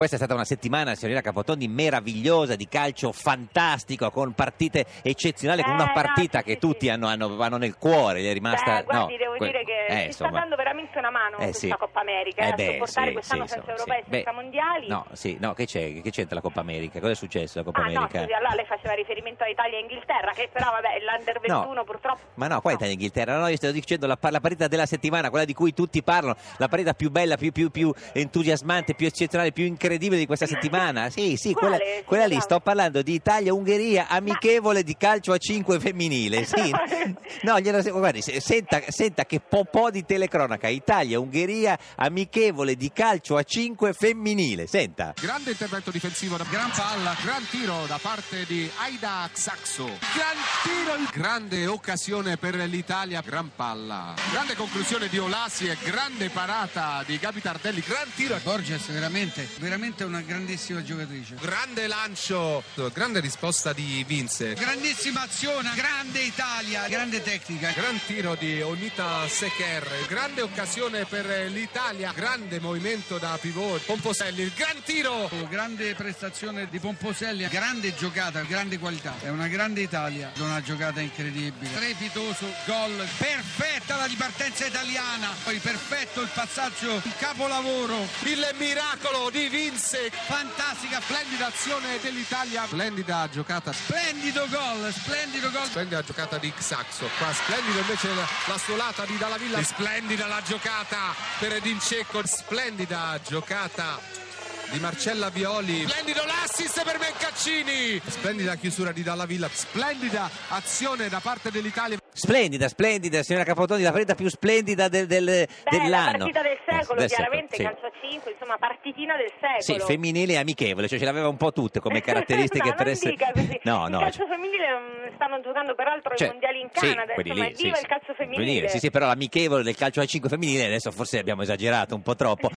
Questa è stata una settimana, signorina Capotondi, meravigliosa, di calcio fantastico, con partite eccezionali, con una partita che tutti vanno nel cuore, gli è rimasta... Guardi, devo dire che ci sta dando veramente una mano questa Coppa America, a sopportare quest'anno senza europei, senza mondiali. No, che c'entra la Coppa America? Cosa è successo la Coppa America? No, scusi, allora lei faceva riferimento a Italia e Inghilterra, che però vabbè, l'Under 21 purtroppo... Ma no, qua Italia e Inghilterra, no, io sto dicendo la partita della settimana, quella di cui tutti parlano, la partita più bella, più entusiasmante, più eccezionale, più incredibile di questa settimana. Sì, quella lì, sto parlando di Italia-Ungheria, amichevole di calcio a 5 femminile. Sì. No, guardi, senta che po' di telecronaca. Italia-Ungheria, amichevole di calcio a 5 femminile. Senta. Grande intervento difensivo, gran palla, gran tiro da parte di Aida Saxo. Gran tiro, grande occasione per l'Italia, gran palla. Grande conclusione di Olasi e grande parata di Gabi Tardelli. Gran tiro. Borges veramente una grandissima giocatrice. Grande lancio, grande risposta di Vince. Grandissima azione, grande Italia, grande tecnica. Gran tiro di Onita Secher, grande occasione per l'Italia, grande movimento da pivot. Pomposelli, il gran tiro. Grande prestazione di Pomposelli, grande giocata, grande qualità. È una grande Italia, una giocata incredibile. Strepitoso gol, perfetta la ripartenza italiana. Poi perfetto il passaggio, il capolavoro. Il miracolo di Vince. Fantastica, splendida azione dell'Italia, splendida giocata, splendido gol, splendida giocata di Saxo, qua splendido invece la suolata di Dalla Villa, splendida la giocata per Edin Dzeko, splendida giocata di Marcella Violi, splendido l'assist per Mencaccini, splendida chiusura di Dalla Villa, splendida azione da parte dell'Italia. Splendida, signora Capotondi, la partita più splendida dell'anno. La partita del secolo, chiaramente, sì. Calcio a 5, insomma, partitina del secolo. Sì, femminile e amichevole, cioè ce l'aveva un po' tutte come caratteristiche no, per non essere... dica così. No, il calcio femminile stanno giocando peraltro i mondiali in Canada, insomma, viva il calcio femminile. Sì, però l'amichevole del calcio a 5 femminile adesso forse abbiamo esagerato un po' troppo.